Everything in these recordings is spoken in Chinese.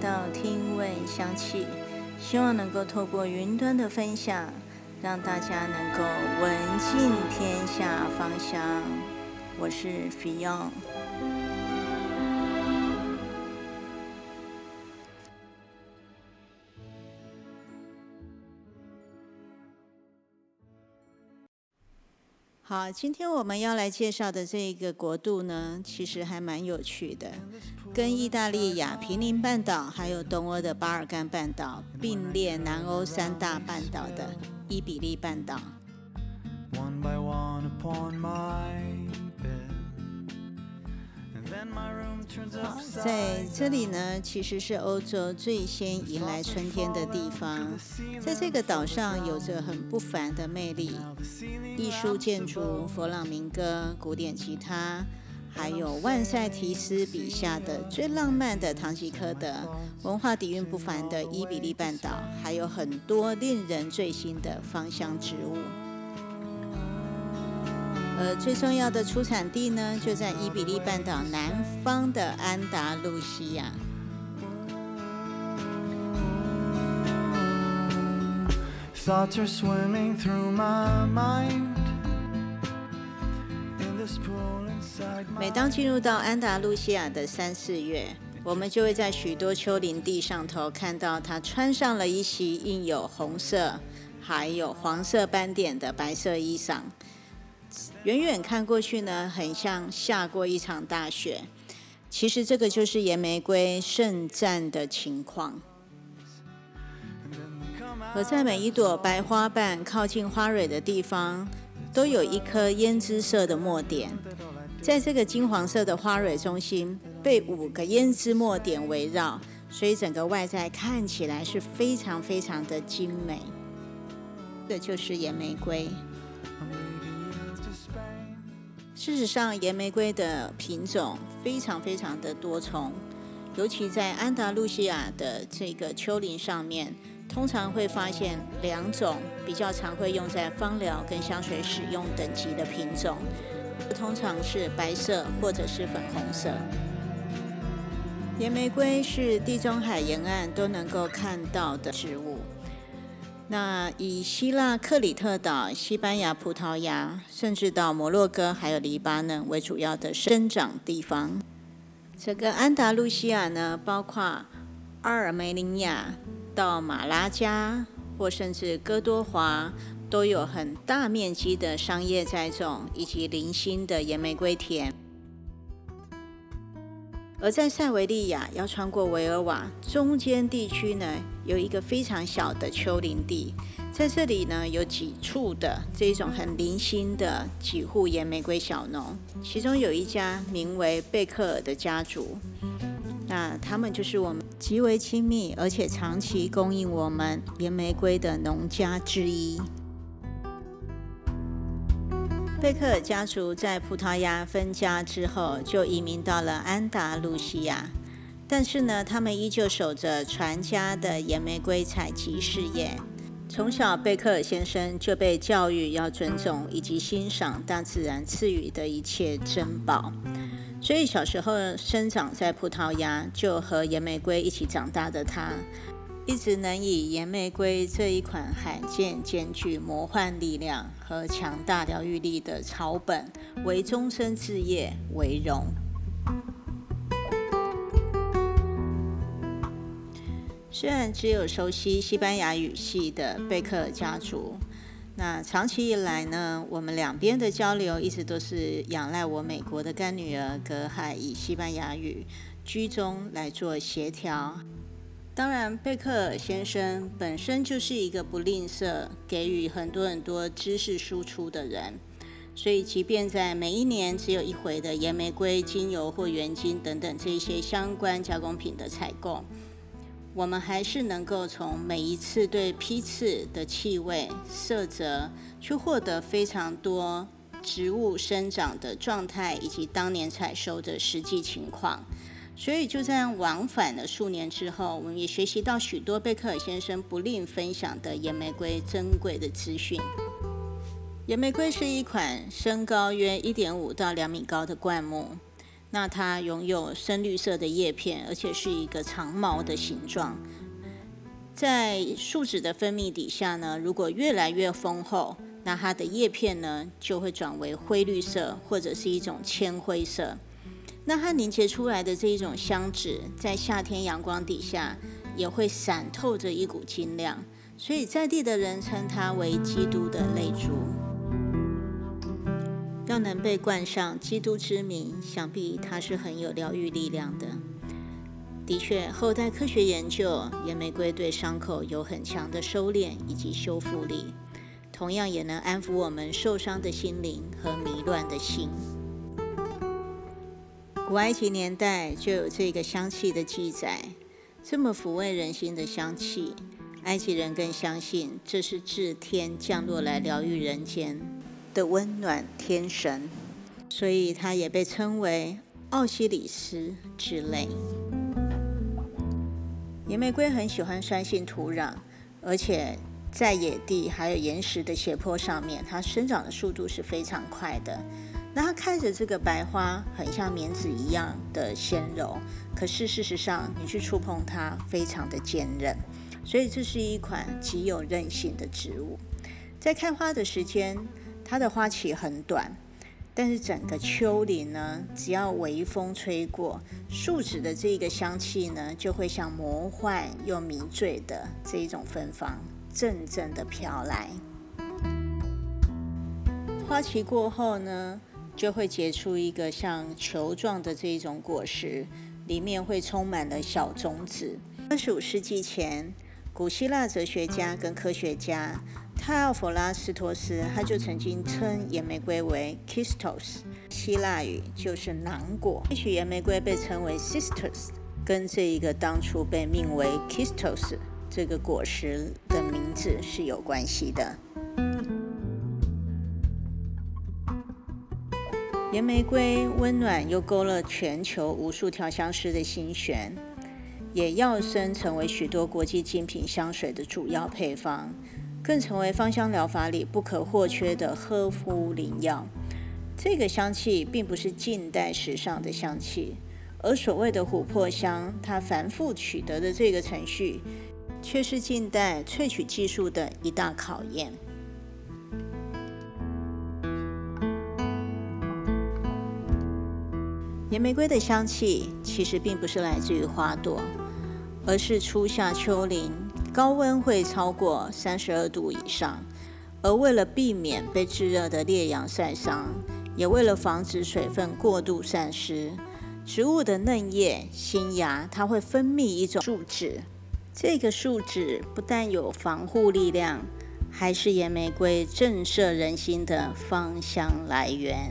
道听闻香气，希望能够透过云端的分享，让大家能够闻尽天下芳香。我是 Fion。好，今天我们要来介绍的这个国度呢，其实还蛮有趣的，跟意大利亚平宁半岛还有东欧的巴尔干半岛并列南欧三大半岛的伊比利半岛。好，在这里呢，其实是欧洲最先迎来春天的地方。在这个岛上有着很不凡的魅力，艺术建筑、佛朗明哥、古典吉他，还有万塞提斯笔下的最浪漫的堂吉诃德，文化底蕴不凡的伊比利半岛，还有很多令人醉心的芳香植物。最重要的出产地呢，就在伊比利半岛南方的安达卢西亚。每当进入到安达卢西亚的3、4月，我们就会在许多丘陵地上头看到它穿上了一袭印有红色还有黄色斑点的白色衣裳。远远看过去呢，很像下过一场大雪。其实这个就是野玫瑰盛绽的情况。而在每一朵白花瓣靠近花蕊的地方，都有一颗胭脂色的墨点。在这个金黄色的花蕊中心，被5个胭脂墨点围绕，所以整个外在看起来是非常非常的精美。这就是野玫瑰。事实上，野玫瑰的品种非常非常的多重，尤其在安达卢西亚的这个丘陵上面，通常会发现2种比较常会用在芳疗跟香水使用等级的品种，通常是白色或者是粉红色。野玫瑰是地中海沿岸都能够看到的植物。那以希腊克里特岛、西班牙、葡萄牙，甚至到摩洛哥还有黎巴嫩为主要的生长地方。整个安达卢西亚呢，包括阿尔梅尼亚到马拉加，或甚至哥多华，都有很大面积的商业栽种以及零星的野玫瑰田。而在塞维利亚要穿过维尔瓦中间地区呢，有一个非常小的丘陵地，在这里呢有几处的这种很零星的几户野玫瑰小农，其中有一家名为贝克尔的家族，那他们就是我们极为亲密而且长期供应我们野玫瑰的农家之一。贝克尔家族在葡萄牙分家之后，就移民到了安达卢西亚，但是呢，他们依旧守着传家的野玫瑰采集事业。从小，贝克尔先生就被教育要尊重以及欣赏大自然赐予的一切珍宝，所以小时候生长在葡萄牙，就和野玫瑰一起长大的他，一直能以野玫瑰这一款罕见兼具魔幻力量和强大疗愈力的草本为终身志业为荣。虽然只有熟悉西班牙语系的贝克尔家族，那长期以来呢，我们两边的交流一直都是仰赖我美国的干女儿葛海以西班牙语居中来做协调。当然，贝克尔先生本身就是一个不吝啬给予很多知识输出的人，所以即便在每一年只有1回的野玫瑰精油或原精等等这些相关加工品的采购，我们还是能够从每一次对批次的气味、色泽，去获得非常多植物生长的状态以及当年采收的实际情况。所以就这样往返了数年之后，我们也学习到许多贝克尔先生不吝分享的野玫瑰珍贵的资讯。野玫瑰是一款身高约1.5到2米高的灌木， 那它拥有深绿色的叶片，而且是一个长毛的形状。在树脂的分泌底下呢，如果越来越丰厚，那它的叶片呢就会转为灰绿色，或者是一种铅灰色。那它凝结出来的这一种香脂，在夏天阳光底下也会闪透着一股晶亮，所以在地的人称它为基督的泪珠。要能被冠上基督之名，想必它是很有疗愈力量的。的确，后代科学研究，岩玫瑰对伤口有很强的收敛以及修复力，同样也能安抚我们受伤的心灵和迷乱的心。古埃及年代就有这个香气的记载，这么抚慰人心的香气，埃及人更相信这是至天降落来疗愈人间的温暖天神，所以它也被称为奥西里斯之泪。岩玫瑰很喜欢酸性土壤，而且在野地还有岩石的斜坡上面，它生长的速度是非常快的。那它开着这个白花，很像棉纸一样的纤柔，可是事实上你去触碰它，非常的坚韧，所以这是一款极有韧性的植物。在开花的时间，它的花期很短，但是整个丘陵呢，只要微风吹过，树脂的这个香气呢，就会像魔幻又迷醉的这一种芬芳，阵阵的飘来。花期过后呢，就会结出一个像球状的这一种果实，里面会充满了小种子。25世纪前，古希腊哲学家跟科学家泰奥弗拉斯托斯，他就曾经称岩玫瑰为 Kistos， 希腊语就是囊果。也许岩玫瑰被称为 Cistus， 跟这一个当初被命为 Kistos 这个果实的名字是有关系的。岩玫瑰温暖又勾勒全球无数调香师的心弦，也跃升成为许多国际精品香水的主要配方，更成为芳香疗法里不可或缺的呵护灵药。这个香气并不是近代时尚的香气，而所谓的琥珀香，它反复取得的这个程序，却是近代萃取技术的一大考验。岩玫瑰的香气其实并不是来自于花朵，而是初夏丘陵高温会超过32度以上，而为了避免被炙热的烈阳晒伤，也为了防止水分过度散失，植物的嫩叶、新芽它会分泌一种树脂，这个树脂不但有防护力量，还是岩玫瑰震慑人心的芳香来源。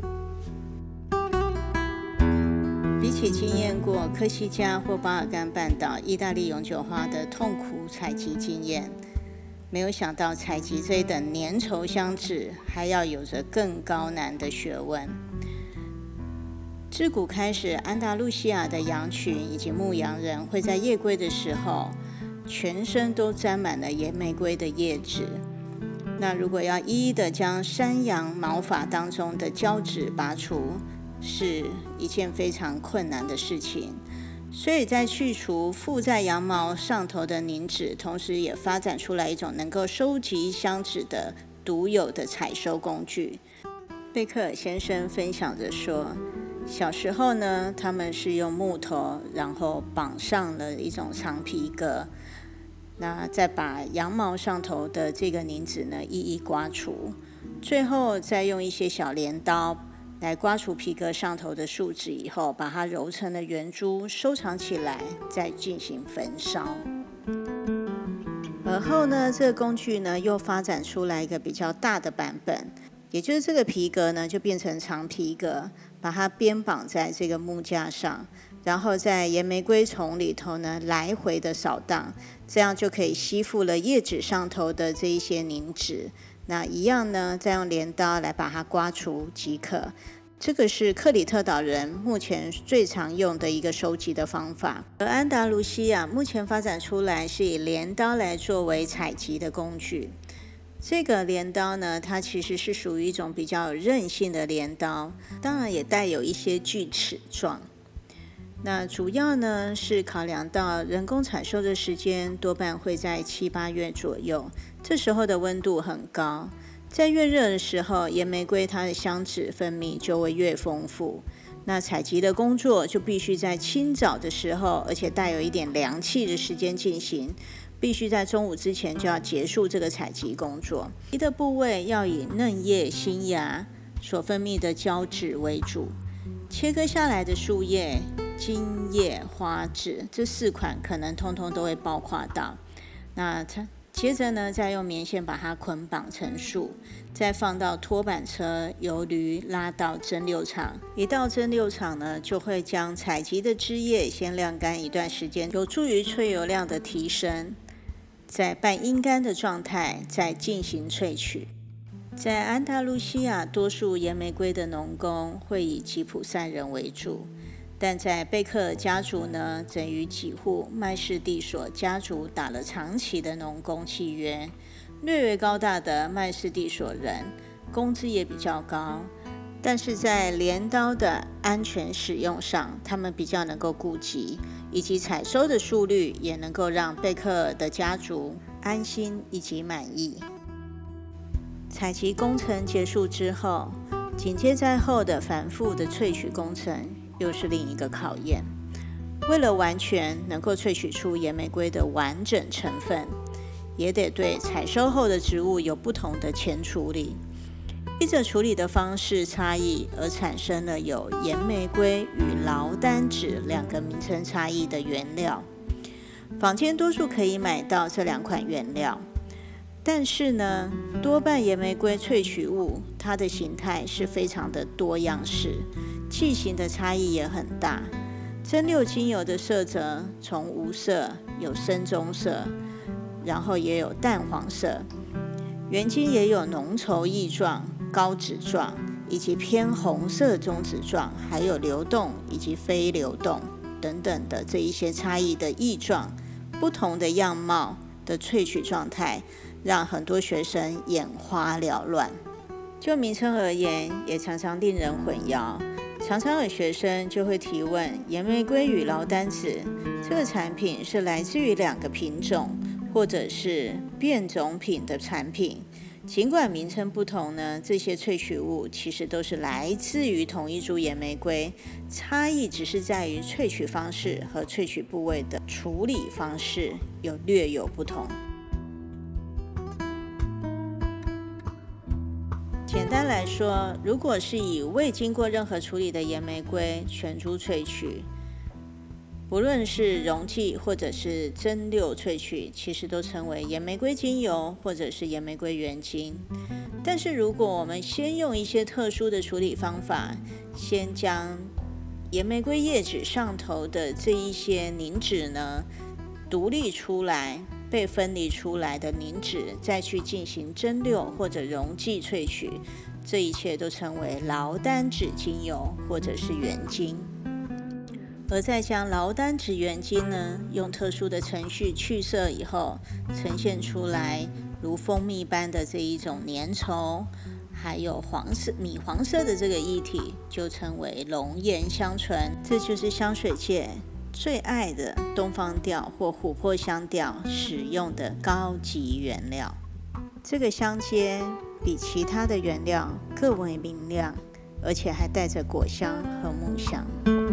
比起经验过科西嘉或巴尔干半岛、意大利永久花的痛苦采集经验，没有想到采集这一等粘稠香脂还要有着更高难的学问。自古开始，安达路西亚的羊群以及牧羊人会在夜归的时候，全身都沾满了岩玫瑰的叶脂。那如果要一一的将山羊毛发当中的胶质拔除，是一件非常困难的事情，所以在去除附在羊毛上头的凝脂，同时也发展出来一种能够收集香脂的独有的采收工具。贝克尔先生分享着说，小时候呢，他们是用木头，然后绑上了一种长皮革，那再把羊毛上头的这个凝脂呢一一刮除，最后再用一些小镰刀来刮除皮革上头的树脂以后，把它揉成了圆珠，收藏起来，再进行焚烧。而后呢，这个工具呢又发展出来一个比较大的版本，也就是这个皮革呢就变成长皮革，把它编绑在这个木架上，然后在岩玫瑰丛里头呢来回的扫荡，这样就可以吸附了叶纸上头的这一些凝脂。那一样呢，再用镰刀来把它刮除即可。这个是克里特岛人目前最常用的一个收集的方法。而安达卢西亚目前发展出来是以镰刀来作为采集的工具。 这个镰刀呢，它其实是属于一种比较有韧性的镰刀，当然也带有一些锯齿状。那主要呢是考量到人工采收的时间多半会在7、8月左右，这时候的温度很高，在越热的时候，岩玫瑰它的香脂分泌就会越丰富。那采集的工作就必须在清早的时候，而且带有一点凉气的时间进行，必须在中午之前就要结束这个采集工作。采集的部位要以嫩叶、新芽所分泌的胶质为主，切割下来的树叶、茎叶、花枝这4款可能通通都会包括到。那接着呢，再用棉线把它捆绑成束，再放到拖板车，由驴拉到蒸馏厂。一到蒸馏厂呢，就会将采集的枝叶先晾干一段时间，有助于萃油量的提升。在半阴干的状态再进行萃取。在安达卢西亚，多数岩玫瑰的农工会以吉普赛人为主，但在贝克尔家族呢，则与几户麦士蒂索家族打了长期的农工契约。略高大的麦士蒂索人工资也比较高，但是在镰刀的安全使用上，他们比较能够顾及，以及采收的速率也能够让贝克尔的家族安心以及满意。采集工程结束之后，紧接在后的繁复的萃取工程又是另一个考验。为了完全能够萃取出岩玫瑰的完整成分，也得对采收后的植物有不同的前处理。依着处理的方式差异而产生了有岩玫瑰与劳丹脂2个名称差异的原料。坊间多数可以买到这2款原料，但是呢，多半岩玫瑰萃取物它的形态是非常的多样式，器型的差异也很大。蒸馏精油的色泽从无色有深棕色，然后也有淡黄色，原精也有浓稠液状、膏脂状，以及偏红色中脂状，还有流动以及非流动等等的这一些差异的液状，不同的样貌的萃取状态，让很多学生眼花缭乱。就名称而言，也常常令人混淆。常常有学生就会提问：岩玫瑰与劳丹脂这个产品是来自于2个品种，或者是变种品的产品？尽管名称不同呢，这些萃取物其实都是来自于同一株岩玫瑰，差异只是在于萃取方式和萃取部位的处理方式略有不同。简单来说，如果是以未经过任何处理的岩玫瑰全株萃取，不论是溶剂或者是蒸馏萃取，其实都称为岩玫瑰精油或者是岩玫瑰原精。但是如果我们先用一些特殊的处理方法，先将岩玫瑰叶子上头的这一些凝脂呢独立出来，被分离出来的凝脂再去进行蒸馏或者溶剂萃取，这一切都称为劳丹脂精油或者是原精。而再将劳丹脂原精呢，用特殊的程序去色以后，呈现出来如蜂蜜般的这一种粘稠，还有米黄色的这个液体，就称为龙涎香醇。这就是香水界最爱的东方调或琥珀香调使用的高级原料。这个香阶比其他的原料更为明亮，而且还带着果香和木香。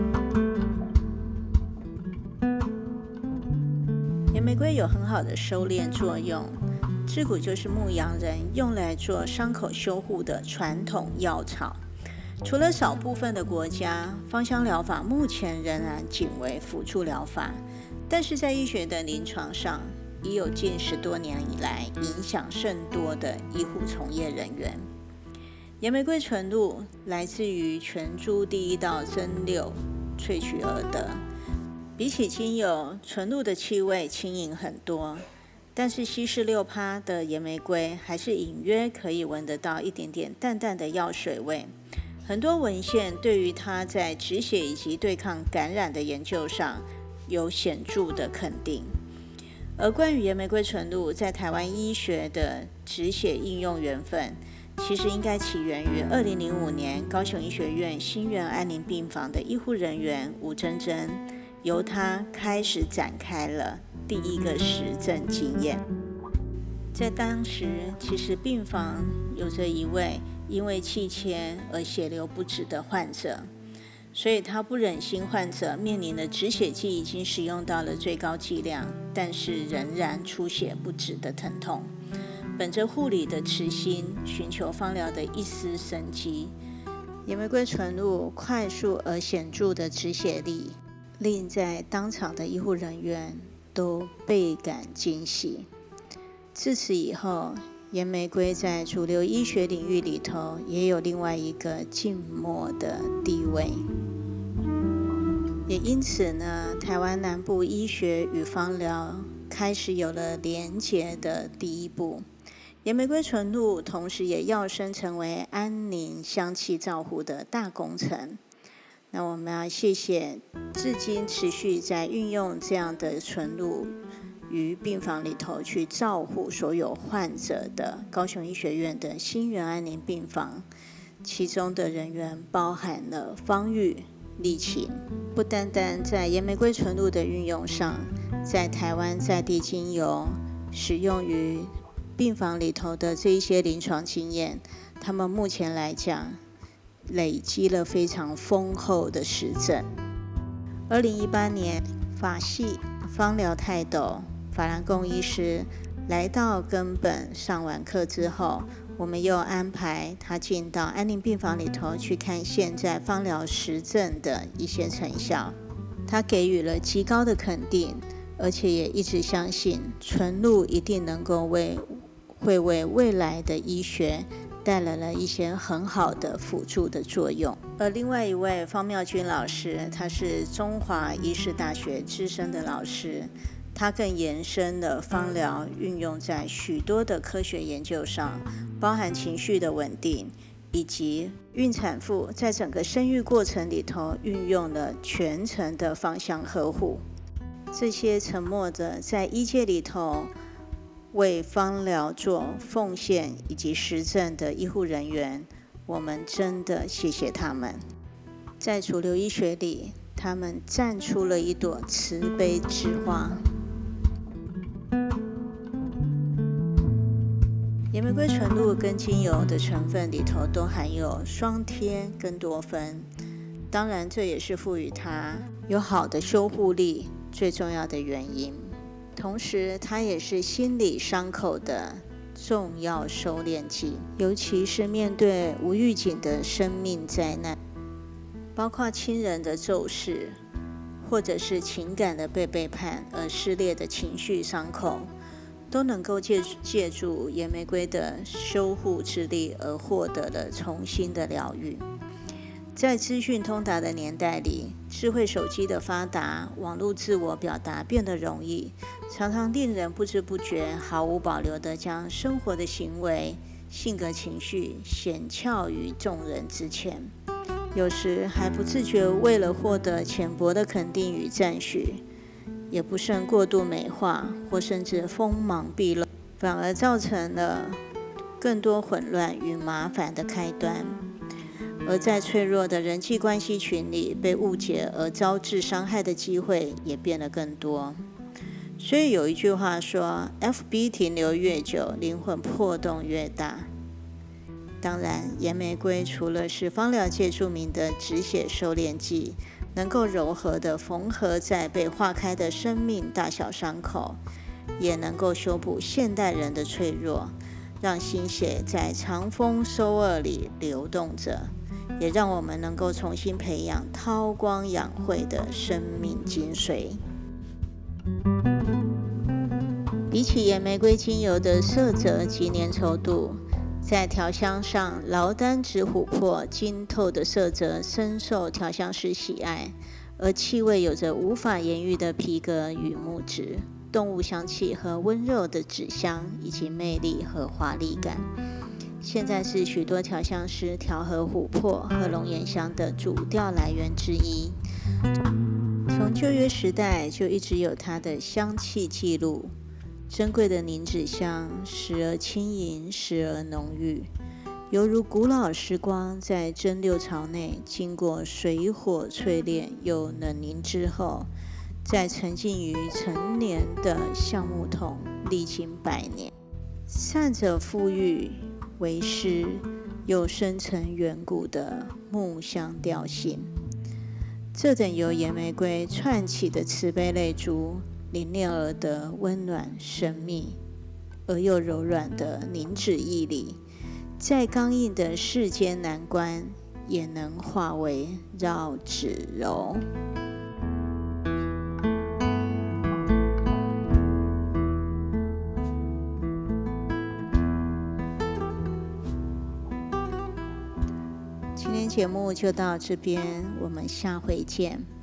岩玫瑰有很好的收敛作用，自古就是牧羊人用来做伤口修护的传统药草。除了少部分的国家，芳香疗法目前仍然仅为辅助疗法，但是在医学的临床上，已有近10多年以来影响甚多的医护从业人员。岩玫瑰纯露来自于全株第1道蒸馏萃取而得，比起精油，纯露的气味轻盈很多，但是稀释6%的岩玫瑰还是隐约可以闻得到一点点淡淡的药水味。很多文献对于它在止血以及对抗感染的研究上有显著的肯定。 而关于岩玫瑰纯露在台湾医学的止血应用缘分，其实应该起源于2005年高雄医学院新园安宁病房的医护人员吴珍珍，由他开始展开了第一个实证经验。在当时，其实病房有着一位因为气切而血流不止的患者，所以他不忍心患者面临的止血剂已经使用到了最高剂量，但是仍然出血不止的疼痛。本着护理的慈心，寻求芳疗的一丝生机，岩玫瑰纯露快速而显著的止血力，令在当场的医护人员都倍感惊喜。自此以后，岩玫瑰在主流医学领域里头也有另外一个静默的地位。也因此呢，台湾南部医学与芳疗开始有了连结的第一步。岩玫瑰纯露同时也跃升成为安宁香气照护的大工程。那我们要谢谢至今持续在运用这样的纯露于病房里头去照护所有患者的高雄医学院的新园安宁病房，其中的人员包含了芳玉、丽琴。不单单在岩玫瑰纯露的运用上，在台湾在地精油使用于病房里头的这一些临床经验，他们目前来讲累积了非常丰厚的实证。2018年，法系芳疗泰斗法兰贡医师来到根本上完课之后，我们又安排他进到安宁病房里头去看现在芳疗实证的一些成效。他给予了极高的肯定，而且也一直相信纯露一定能够会为未来的医学带来了一些很好的辅助的作用。而另外一位方妙君老师，他是中华医事大学资深的老师，他更延伸了芳疗运用在许多的科学研究上，包含情绪的稳定，以及孕产妇在整个生育过程里头运用了全程的芳香呵护。这些沉默的在医界里头为芳疗做奉献以及实证的医护人员，我们真的谢谢他们。在主流医学里，他们站出了一朵慈悲之花。岩玫瑰纯露跟精油的成分里头都含有双萜跟多酚，当然这也是赋予它有好的修护力最重要的原因。同时它也是心理伤口的重要收敛剂，尤其是面对无预警的生命灾难，包括亲人的骤逝，或者是情感的被背叛而撕裂的情绪伤口，都能够借助岩玫瑰的修护之力而获得了重新的疗愈。在资讯通达的年代里，智慧手机的发达，网络自我表达变得容易，常常令人不知不觉毫无保留地将生活的行为、性格、情绪显峭于众人之前，有时还不自觉为了获得浅薄的肯定与赞许，也不慎过度美化或甚至锋芒毕露，反而造成了更多混乱与麻烦的开端。而在脆弱的人际关系群里，被误解而招致伤害的机会也变得更多。所以有一句话说 FB 停留越久，灵魂破洞越大。当然，岩玫瑰除了是芳疗界著名的止血收敛剂，能够柔和地缝合在被化开的生命大小伤口，也能够修补现代人的脆弱，让心血在长风收二里流动着，也让我们能够重新培养韬光养晦的生命精髓。比起岩玫瑰精油的色泽及粘稠度，在调香上，劳丹紫琥珀晶透的色泽深受调香师喜爱，而气味有着无法言喻的皮革与木质、动物香气和温柔的纸香，以及魅力和华丽感。现在是许多调香师调和琥珀和龙涎香的主调来源之一。从旧约时代就一直有它的香气记录， 珍贵的凝脂香时而轻盈，时而浓郁，犹如古老时光在蒸馏槽内经过水火淬炼又冷凝之后，再沉浸于陈年的橡木桶，历经100年，散着馥郁为诗，又深沉远古的木香调性。这等由野玫瑰串起的慈悲泪珠凝练而得温暖神秘而又柔软的凝脂毅力，再刚硬的世间难关也能化为绕指柔。今天节目就到这边，我们下回见。